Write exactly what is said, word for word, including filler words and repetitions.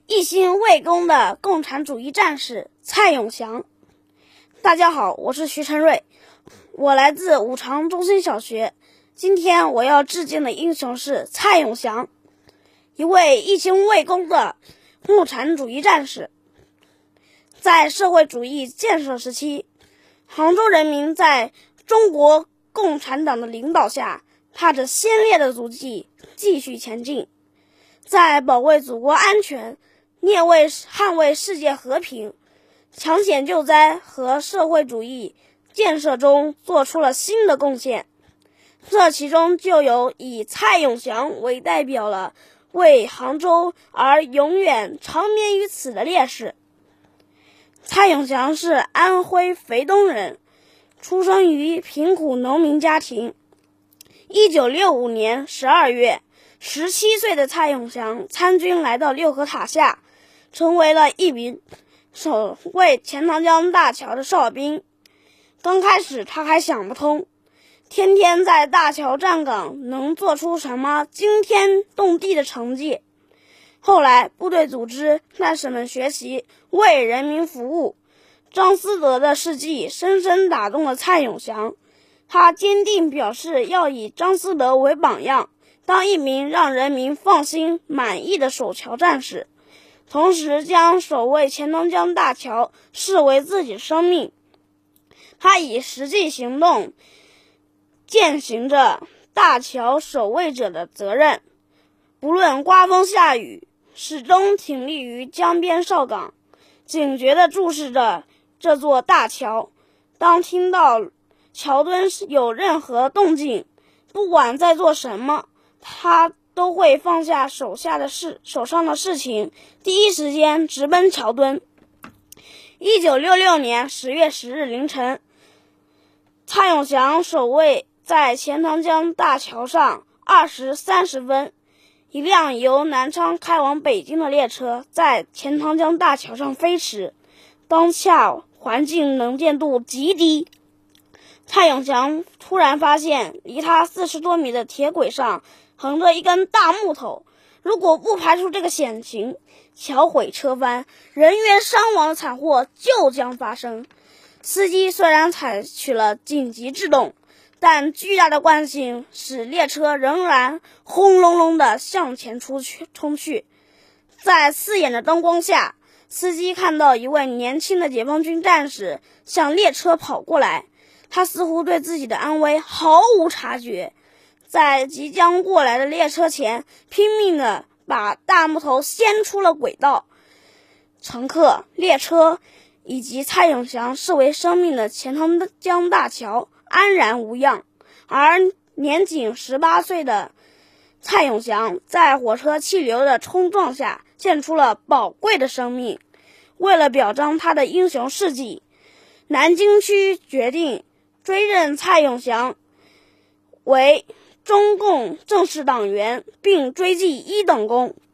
一心为公的共产主义战士蔡永祥。大家好，我是徐晨瑞，我来自五常中心小学。今天我要致敬的英雄是蔡永祥，一位一心为公的共产主义战士。在社会主义建设时期，杭州人民在中国共产党的领导下，踏着先烈的足迹继续前进，在保卫祖国安全、烈为捍卫世界和平、抢险救灾和社会主义建设中做出了新的贡献。这其中就有以蔡永祥为代表了为杭州而永远长眠于此的烈士。蔡永祥是安徽肥东人，出生于贫苦农民家庭。一九六五年十二月，十七岁的蔡永祥参军来到六河塔下，成为了一名守卫钱塘江大桥的哨兵。刚开始他还想不通，天天在大桥站岗能做出什么惊天动地的成绩。后来部队组织战士们学习为人民服务，张思德的事迹深深打动了蔡永祥。他坚定表示要以张思德为榜样，当一名让人民放心满意的守桥战士，同时将守卫钱塘江大桥视为自己生命。他以实际行动践行着大桥守卫者的责任，不论刮风下雨，始终挺立于江边哨岗，警觉地注视着这座大桥。当听到桥墩有任何动静，不管在做什么，他都会放下手下的事手上的事情，第一时间直奔桥墩。一九六六年十月十日凌晨，蔡永祥守卫在钱塘江大桥上二时三十分，一辆由南昌开往北京的列车在钱塘江大桥上飞驰。当下环境能见度极低，蔡永祥突然发现离他四十多米的铁轨上横着一根大木头，如果不排除这个险情，桥毁车翻、人员伤亡的惨祸就将发生。司机虽然采取了紧急制动，但巨大的惯性使列车仍然轰隆隆地向前出去冲去。在刺眼的灯光下，司机看到一位年轻的解放军战士向列车跑过来，他似乎对自己的安危毫无察觉，在即将过来的列车前拼命地把大木头掀出了轨道。乘客、列车以及蔡永祥视为生命的钱塘江大桥安然无恙，而年仅十八岁的蔡永祥在火车气流的冲撞下献出了宝贵的生命。为了表彰他的英雄事迹，南京区决定追认蔡永祥为中共正式党员，并追记一等功。